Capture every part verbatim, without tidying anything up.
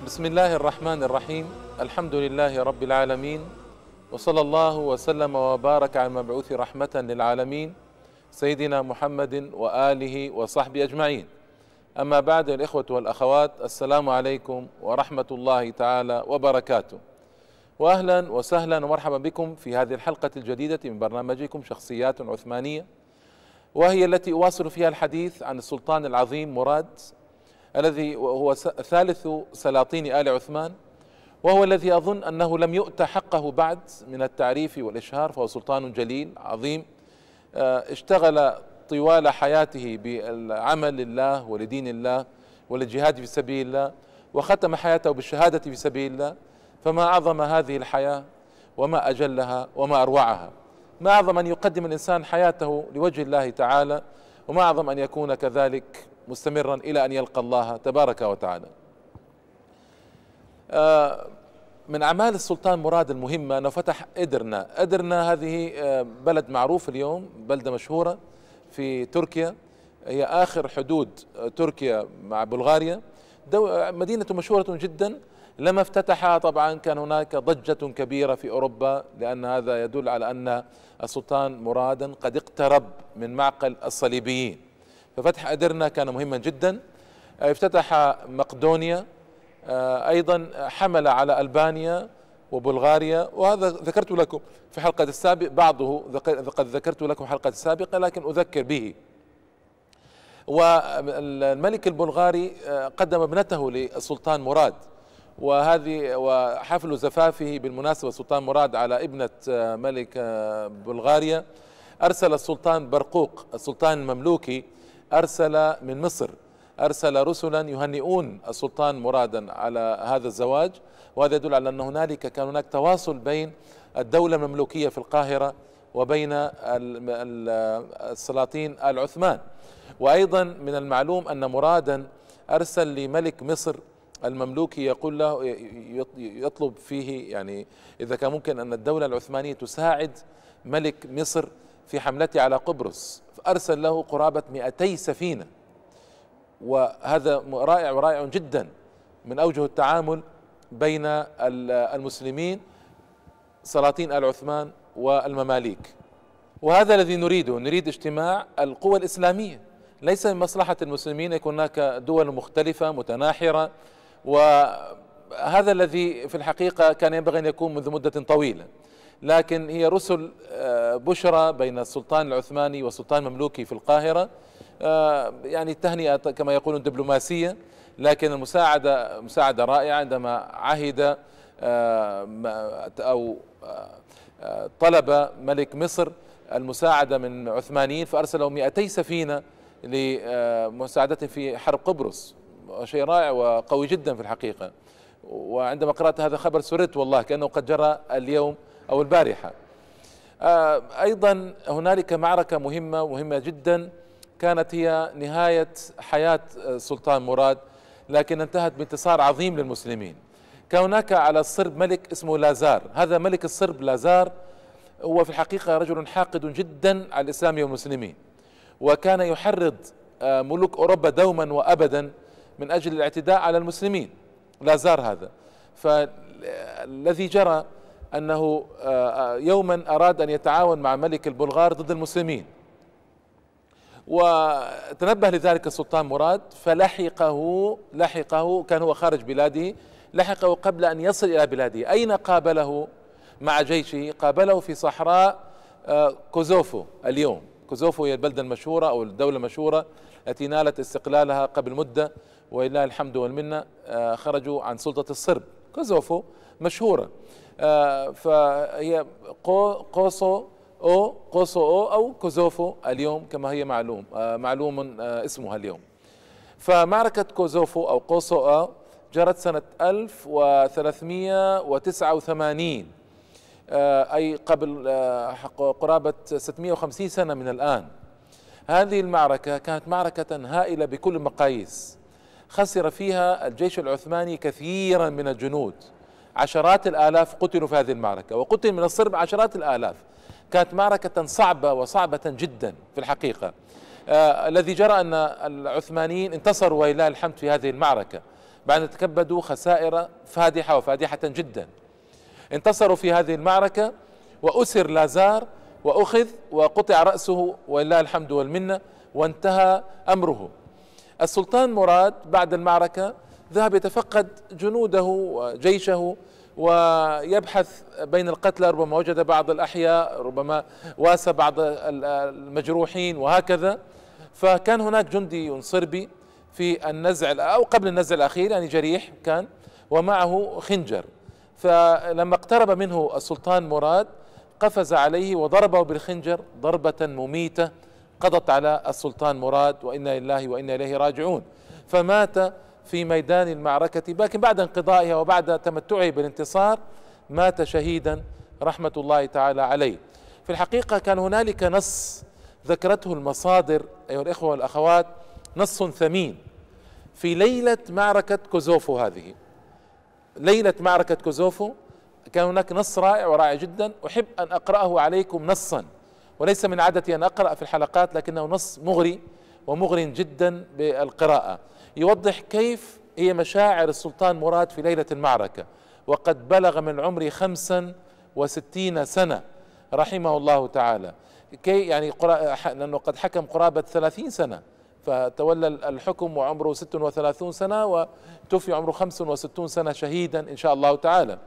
بسم الله الرحمن الرحيم. الحمد لله رب العالمين، وصلى الله وسلم وبارك على المبعوث رحمة للعالمين سيدنا محمد وآله وصحبه أجمعين. أما بعد، الإخوة والأخوات، السلام عليكم ورحمة الله تعالى وبركاته، وأهلا وسهلا ومرحبا بكم في هذه الحلقة الجديدة من برنامجكم شخصيات عثمانية، وهي التي أواصل فيها الحديث عن السلطان العظيم مراد، الذي هو ثالث سلاطين آل عثمان، وهو الذي أظن أنه لم يؤت حقه بعد من التعريف والإشهار. فهو سلطان جليل عظيم، اشتغل طوال حياته بالعمل لله ولدين الله وللجهاد في سبيل الله، وختم حياته بالشهادة في سبيل الله. فما أعظم هذه الحياة وما أجلها وما أروعها، ما أعظم أن يقدم الإنسان حياته لوجه الله تعالى، وما أعظم أن يكون كذلك مستمرا إلى أن يلقى الله تبارك وتعالى. من أعمال السلطان مراد المهمة أنه فتح إدرنا. إدرنا هذه بلد معروف اليوم، بلدة مشهورة في تركيا، هي آخر حدود تركيا مع بلغاريا، مدينة مشهورة جدا. لما افتتحها طبعا كان هناك ضجة كبيرة في أوروبا، لأن هذا يدل على أن السلطان مرادا قد اقترب من معقل الصليبيين، ففتح أدرنا كان مهما جدا. افتتح مقدونيا، أيضا حمل على ألبانيا وبلغاريا، وهذا ذكرت لكم في حلقة السابق، بعضه قد ذكرت لكم حلقة السابقة لكن أذكر به. والملك البلغاري قدم ابنته للسلطان مراد، وهذه وحفل زفافه بالمناسبة السلطان مراد على ابنة ملك بلغاريا، أرسل السلطان برقوق السلطان المملوكي، أرسل من مصر أرسل رسلا يهنئون السلطان مرادا على هذا الزواج. وهذا يدل على أن هنالك كان هناك تواصل بين الدولة المملوكية في القاهرة وبين السلاطين آل عثمان. وأيضا من المعلوم أن مرادا أرسل لملك مصر المملوكي يقول له، يطلب فيه يعني إذا كان ممكن أن الدولة العثمانية تساعد ملك مصر في حملته على قبرص، فأرسل له قرابة مئتي سفينة. وهذا رائع ورائع جدا من أوجه التعامل بين المسلمين سلاطين آل عثمان والمماليك. وهذا الذي نريده، نريد اجتماع القوى الإسلامية. ليس من مصلحة المسلمين يكون هناك دول مختلفة متناحرة، وهذا الذي في الحقيقة كان ينبغي أن يكون منذ مدة طويلة. لكن هي رسل بشرى بين السلطان العثماني والسلطان المملوكي في القاهرة، يعني التهنئة كما يقولون دبلوماسية، لكن المساعدة مساعدة رائعة. عندما عهد أو طلب ملك مصر المساعدة من عثمانيين، فأرسلوا مئتي سفينة لمساعدته في حرب قبرص، شيء رائع وقوي جدا في الحقيقة. وعندما قرأت هذا الخبر سررت والله كأنه قد جرى اليوم أو البارحة. أيضا هنالك معركة مهمة مهمة جدا كانت هي نهاية حياة السلطان مراد، لكن انتهت بانتصار عظيم للمسلمين. كان هناك على الصرب ملك اسمه لازار. هذا ملك الصرب لازار هو في الحقيقة رجل حاقد جدا على الإسلام والمسلمين، وكان يحرض ملوك أوروبا دوما وأبدا من أجل الاعتداء على المسلمين لازار هذا. فالذي جرى أنه يوما أراد أن يتعاون مع ملك البلغار ضد المسلمين، وتنبه لذلك السلطان مراد فلحقه لحقه كان هو خارج بلاده، لحقه قبل أن يصل إلى بلاده. أين قابله مع جيشه؟ قابله في صحراء كوزوفو. اليوم كوزوفو هي البلدة المشهورة أو الدولة المشهورة التي نالت استقلالها قبل مدة، ولله الحمد والمنة، خرجوا عن سلطة الصرب. كوزوفو مشهورة، فهي قوسو أو قوسو أو أو كوزوفو اليوم كما هي معلوم معلوم اسمها اليوم. فمعركة كوزوفو أو قوسو أو جرت سنة ألف وثلاثمئة وتسعة وثمانين، أي قبل قرابة ستمئة وخمسين سنة من الآن. هذه المعركة كانت معركة هائلة بكل المقاييس، خسر فيها الجيش العثماني كثيرا من الجنود، عشرات الآلاف قتلوا في هذه المعركة، وقتل من الصرب عشرات الآلاف. كانت معركة صعبة وصعبة جدا في الحقيقة. آه الذي جرى أن العثمانيين انتصروا ولله الحمد في هذه المعركة، بعد أن تكبدوا خسائر فادحة وفادحة جدا. انتصروا في هذه المعركة وأسر لازار وأخذ وقطع رأسه ولله الحمد والمنة وانتهى أمره. السلطان مراد بعد المعركة ذهب يتفقد جنوده وجيشه ويبحث بين القتلى، ربما وجد بعض الأحياء، ربما واسى بعض المجروحين وهكذا. فكان هناك جندي صربي في النزع أو قبل النزع الأخير، يعني جريح كان، ومعه خنجر. فلما اقترب منه السلطان مراد قفز عليه وضربه بالخنجر ضربة مميتة قضت على السلطان مراد، وإنا لله وإنا إليه راجعون. فمات في ميدان المعركة، لكن بعد انقضائها وبعد تمتعه بالانتصار مات شهيدا رحمة الله تعالى عليه. في الحقيقة كان هنالك نص ذكرته المصادر أيها الإخوة والأخوات، نص ثمين في ليلة معركة كوزوفو. هذه ليلة معركة كوزوفو كان هناك نص رائع ورائع جدا، أحب أن أقرأه عليكم نصا، وليس من عادتي أن أقرأ في الحلقات، لكنه نص مغري ومغري جدا بالقراءة، يوضح كيف هي مشاعر السلطان مراد في ليلة المعركة، وقد بلغ من العمر خمسا وستين سنة رحمه الله تعالى، كي يعني لأنه قد حكم قرابة ثلاثين سنة، فتولى الحكم وعمره ست وثلاثون سنة، وتوفي عمره خمس وستون سنة شهيدا إن شاء الله تعالى.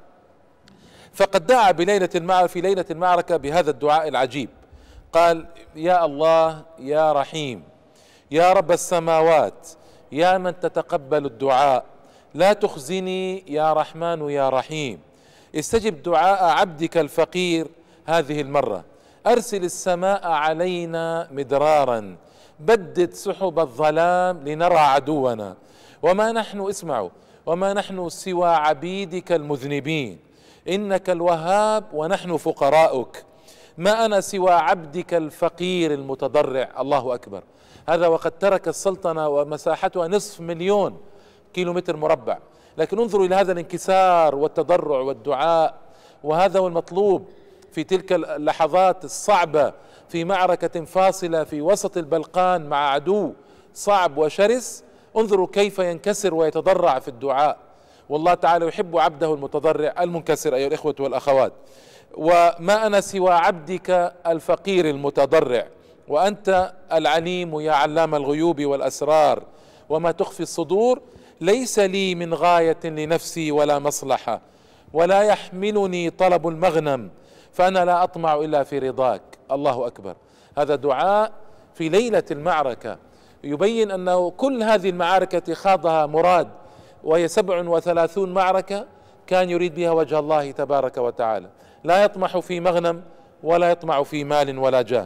فقد دعا بليلة المعركة في ليلة المعركة بهذا الدعاء العجيب، قال: يا الله يا رحيم يا رب السماوات يا من تتقبل الدعاء، لا تخزني يا رحمن يا رحيم، استجب دعاء عبدك الفقير هذه المرة، أرسل السماء علينا مدرارا، بدد سحب الظلام لنرى عدونا، وما نحن اسمعوا وما نحن سوى عبيدك المذنبين، إنك الوهاب ونحن فقراؤك، ما أنا سوى عبدك الفقير المتضرع. الله أكبر. هذا وقد ترك السلطنة ومساحتها نصف مليون كيلومتر مربع، لكن انظروا إلى هذا الانكسار والتضرع والدعاء، وهذا هو المطلوب في تلك اللحظات الصعبة في معركة فاصلة في وسط البلقان مع عدو صعب وشرس. انظروا كيف ينكسر ويتضرع في الدعاء، والله تعالى يحب عبده المتضرع المنكسر أيها الإخوة والأخوات. وما أنا سوى عبدك الفقير المتضرع، وأنت العليم يا علام الغيوب والأسرار، وما تخفي الصدور، ليس لي من غاية لنفسي ولا مصلحة، ولا يحملني طلب المغنم، فأنا لا أطمع إلا في رضاك. الله أكبر. هذا دعاء في ليلة المعركة يبين أنه كل هذه المعارك التي خاضها مراد، وهي سبع وثلاثون معركة، كان يريد بها وجه الله تبارك وتعالى، لا يطمح في مغنم ولا يطمع في مال ولا جاه.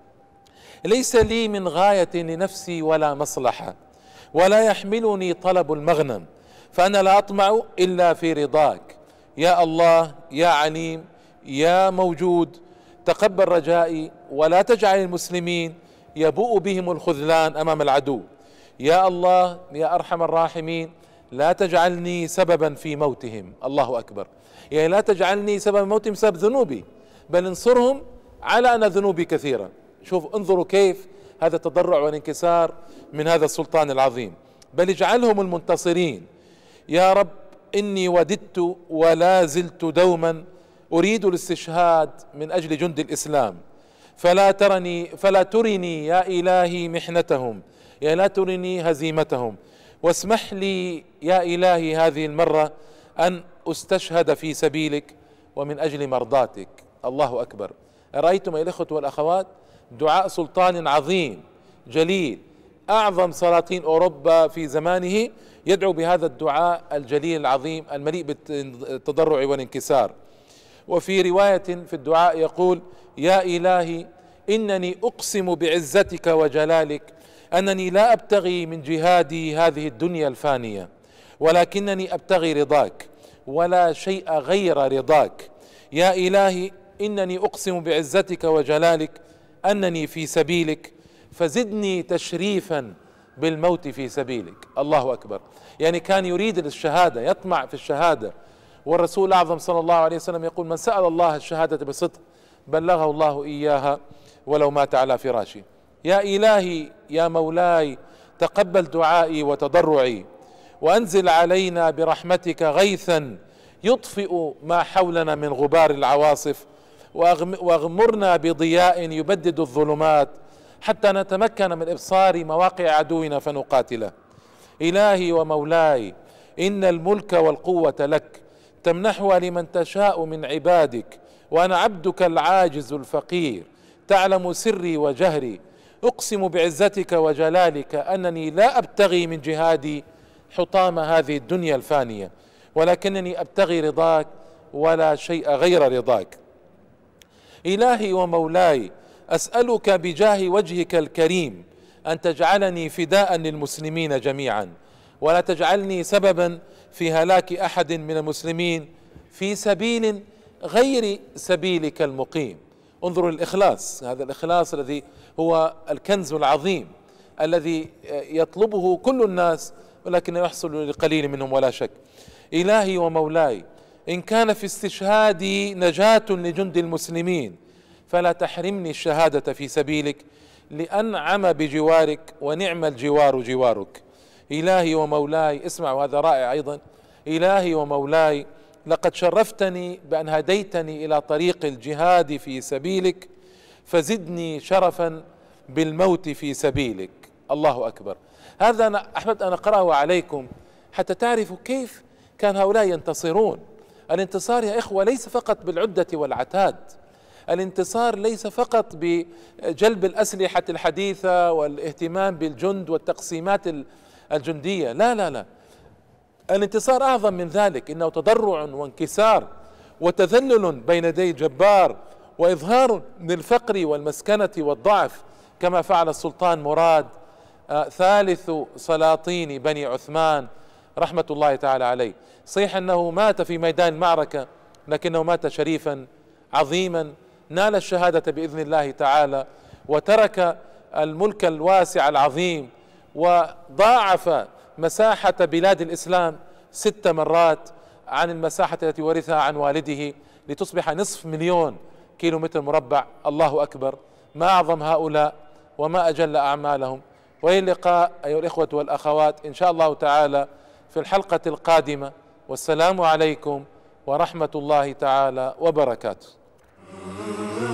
ليس لي من غاية لنفسي ولا مصلحة، ولا يحملني طلب المغنم، فأنا لا أطمع إلا في رضاك. يا الله يا عليم يا موجود، تقبل رجائي ولا تجعل المسلمين يبوء بهم الخذلان أمام العدو. يا الله يا أرحم الراحمين، لا تجعلني سببا في موتهم. الله أكبر. يعني لا تجعلني سبب موتهم بسبب ذنوبي، بل انصرهم على أن ذنوبي كثيرة. شوف انظروا كيف هذا التضرع والانكسار من هذا السلطان العظيم، بل اجعلهم المنتصرين. يا رب إني وددت ولا زلت دوما أريد الاستشهاد من أجل جند الإسلام، فلا ترني فلا ترني يا إلهي محنتهم، يا لا ترني هزيمتهم، واسمح لي يا إلهي هذه المرة أن أستشهد في سبيلك ومن أجل مرضاتك. الله أكبر. رأيتم يا الإخوة والأخوات دعاء سلطان عظيم جليل، أعظم سلاطين أوروبا في زمانه يدعو بهذا الدعاء الجليل العظيم المليء بالتضرع والانكسار. وفي رواية في الدعاء يقول: يا إلهي إنني أقسم بعزتك وجلالك أنني لا أبتغي من جهادي هذه الدنيا الفانية، ولكنني أبتغي رضاك ولا شيء غير رضاك. يا إلهي إنني أقسم بعزتك وجلالك أنني في سبيلك، فزدني تشريفا بالموت في سبيلك. الله أكبر. يعني كان يريد الشهادة، يطمع في الشهادة، والرسول الأعظم صلى الله عليه وسلم يقول: من سأل الله الشهادة بصدق بلغه الله إياها ولو مات على فراشه. يا إلهي يا مولاي تقبل دعائي وتضرعي، وأنزل علينا برحمتك غيثا يطفئ ما حولنا من غبار العواصف، واغمرنا بضياء يبدد الظلمات حتى نتمكن من إبصار مواقع عدونا فنقاتله. إلهي ومولاي، إن الملك والقوة لك، تمنحها لمن تشاء من عبادك، وأنا عبدك العاجز الفقير، تعلم سري وجهري. أقسم بعزتك وجلالك أنني لا أبتغي من جهادي حطام هذه الدنيا الفانية، ولكنني أبتغي رضاك ولا شيء غير رضاك. إلهي ومولاي، أسألك بجاه وجهك الكريم أن تجعلني فداء للمسلمين جميعا، ولا تجعلني سببا في هلاك أحد من المسلمين في سبيل غير سبيلك المقيم. انظروا الإخلاص، هذا الإخلاص الذي هو الكنز العظيم الذي يطلبه كل الناس ولكن يحصل لقليل منهم ولا شك. إلهي ومولاي، إن كان في استشهادي نجاة لجند المسلمين فلا تحرمني الشهادة في سبيلك، لأنعم بجوارك ونعم الجوار جوارك. إلهي ومولاي، اسمعوا هذا رائع أيضا. إلهي ومولاي، لقد شرفتني بأن هديتني إلى طريق الجهاد في سبيلك، فزدني شرفا بالموت في سبيلك. الله أكبر. هذا أنا أحمد أن أقرأه عليكم حتى تعرفوا كيف كان هؤلاء ينتصرون. الانتصار يا إخوة ليس فقط بالعدة والعتاد، الانتصار ليس فقط بجلب الأسلحة الحديثة والاهتمام بالجند والتقسيمات الجندية، لا لا لا، الانتصار أعظم من ذلك، إنه تضرع وانكسار وتذلل بين يدي جبار، وإظهار للفقر والمسكنة والضعف، كما فعل السلطان مراد آه ثالث سلاطين بني عثمان رحمة الله تعالى عليه. صحيح أنه مات في ميدان المعركة، لكنه مات شريفا عظيما، نال الشهادة بإذن الله تعالى، وترك الملك الواسع العظيم، وضاعف مساحة بلاد الإسلام ست مرات عن المساحة التي ورثها عن والده، لتصبح نصف مليون كيلو متر مربع. الله أكبر، ما أعظم هؤلاء وما أجل أعمالهم. وإلى اللقاء أيها الإخوة والأخوات إن شاء الله تعالى في الحلقة القادمة، والسلام عليكم ورحمة الله تعالى وبركاته.